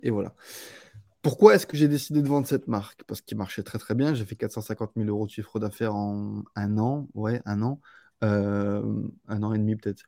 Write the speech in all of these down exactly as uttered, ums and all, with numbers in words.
Et voilà. Pourquoi est-ce que j'ai décidé de vendre cette marque? Parce qu'il marchait très très bien. J'ai fait quatre cent cinquante mille euros de chiffre d'affaires en un an. Ouais, un an. Euh, un an et demi peut-être.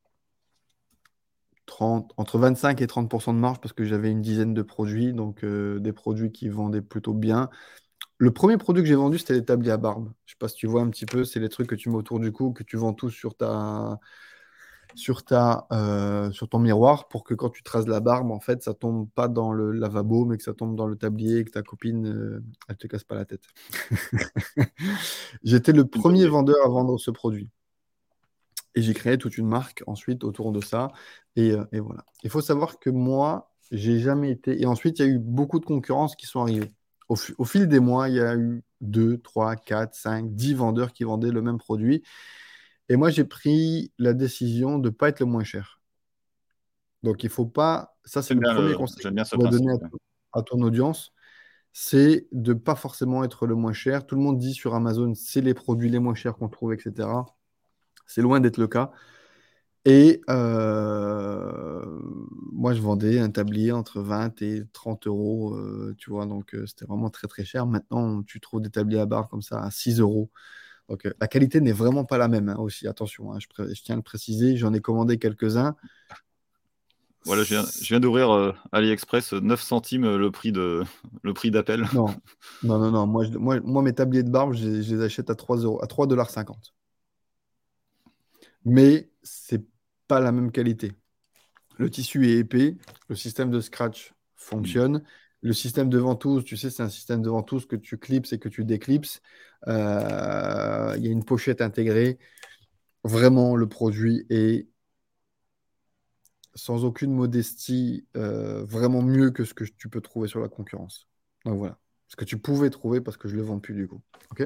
trente entre vingt-cinq et trente pour cent de marge parce que j'avais une dizaine de produits, donc euh, des produits qui vendaient plutôt bien. Le premier produit que j'ai vendu, c'était l'établi à barbe. Je sais pas si tu vois un petit peu, c'est les trucs que tu mets autour du cou, que tu vends tous sur ta, sur ta, euh, sur ton miroir pour que quand tu traces la barbe, en fait, ça tombe pas dans le lavabo, mais que ça tombe dans le tablier et que ta copine, euh, elle te casse pas la tête. J'étais le Une bonne premier idée. vendeur à vendre ce produit. Et j'ai créé toute une marque ensuite autour de ça. Et, euh, et voilà. Il faut savoir que moi, j'ai jamais été. Et ensuite, il y a eu beaucoup de concurrences qui sont arrivées. Au, fi- au fil des mois, il y a eu deux, trois, quatre, cinq, dix vendeurs qui vendaient le même produit. Et moi, j'ai pris la décision de ne pas être le moins cher. Donc, il faut pas. Ça, c'est J'aime le bien premier le, conseil que j'aime bien je ce pourrais donner principe. à, Ouais. ton à ton audience. C'est de pas forcément être le moins cher. Tout le monde dit sur Amazon, c'est les produits les moins chers qu'on trouve, et cetera. C'est loin d'être le cas. Et euh, moi, je vendais un tablier entre vingt et trente euros, euh, tu vois, donc euh, c'était vraiment très très cher. Maintenant, tu trouves des tabliers à barre comme ça à six euros. Donc euh, la qualité n'est vraiment pas la même hein, aussi, attention, hein, je, pré- je tiens à le préciser, j'en ai commandé quelques-uns. Voilà, je viens, je viens d'ouvrir euh, AliExpress, euh, neuf centimes euh, le prix de, le prix d'appel. Non, non, non, non, moi, je- moi, moi mes tabliers de barbe, je, les je les achète à trois euros, à trois dollars cinquante. Mais c'est pas la même qualité. Le tissu est épais, le système de scratch Mm. fonctionne. Le système de ventouse, tu sais, c'est un système de ventouse que tu clipses et que tu déclipses. Euh, Il y a une pochette intégrée. Vraiment, le produit est sans aucune modestie euh, vraiment mieux que ce que tu peux trouver sur la concurrence. Donc voilà. Ce que tu pouvais trouver parce que je ne le vends plus du coup. OK?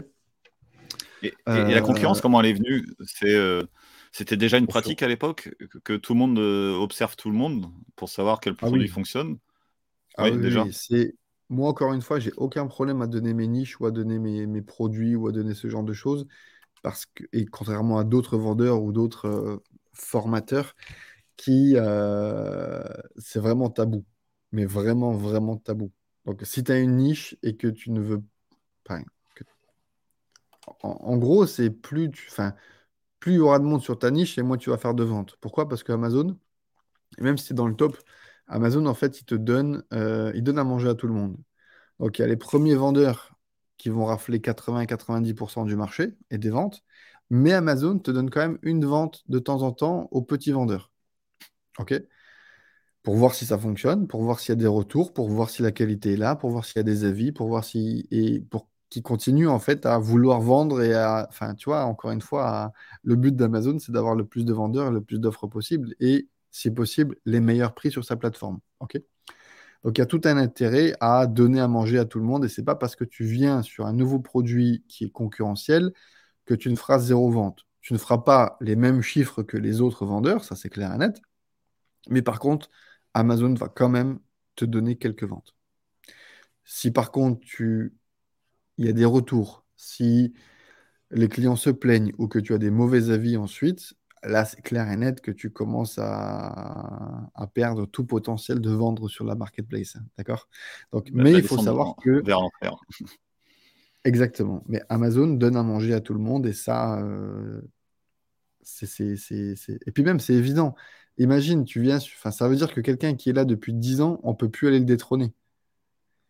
Et, et- et la Euh, concurrence, comment elle est venue? C'est, euh, c'était déjà une au fur- pratique à l'époque que, que tout le monde euh, observe tout le monde pour savoir quel Ah produit oui, fonctionne? ah Oui, oui, déjà. oui, c'est moi encore une fois, j'ai aucun problème à donner mes niches ou à donner mes, mes produits ou à donner ce genre de choses. Parce que, et contrairement à d'autres vendeurs ou d'autres euh, formateurs qui, euh, c'est vraiment tabou. Mais vraiment, vraiment tabou. Donc, si tu as une niche et que tu ne veux pas. que- En, en gros, c'est plus tu, enfin, plus il y aura de monde sur ta niche et moins tu vas faire de ventes. Pourquoi? Parce que Amazon, et même si c'est dans le top, Amazon, en fait, il te donne, euh, il donne à manger à tout le monde. Donc, il y a les premiers vendeurs qui vont rafler quatre-vingts-quatre-vingt-dix pour cent du marché et des ventes. Mais Amazon te donne quand même une vente de temps en temps aux petits vendeurs. OK? Pour voir si ça fonctionne, pour voir s'il y a des retours, pour voir si la qualité est là, pour voir s'il y a des avis, pour voir si. Et pour qu'ils continuent en fait à vouloir vendre et à. Enfin, tu vois, encore une fois, à- le but d'Amazon, c'est d'avoir le plus de vendeurs et le plus d'offres possible et, si possible, les meilleurs prix sur sa plateforme. OK? Donc, il y a tout un intérêt à donner à manger à tout le monde et c'est pas parce que tu viens sur un nouveau produit qui est concurrentiel que tu ne feras zéro vente. Tu ne feras pas les mêmes chiffres que les autres vendeurs, ça c'est clair et net, mais par contre, Amazon va quand même te donner quelques ventes. Si par contre, tu... il y a des retours, si les clients se plaignent ou que tu as des mauvais avis ensuite, là c'est clair et net que tu commences à, à perdre tout potentiel de vendre sur la marketplace. Hein, d'accord? Donc, La, mais la il faut descente savoir en- que vers l'enfer. exactement. Mais Amazon donne à manger à tout le monde et ça, euh, c'est, c'est, c'est, c'est- et puis même, c'est évident. Imagine, tu viens, su- enfin, ça veut dire que quelqu'un qui est là depuis dix ans, on peut plus aller le détrôner.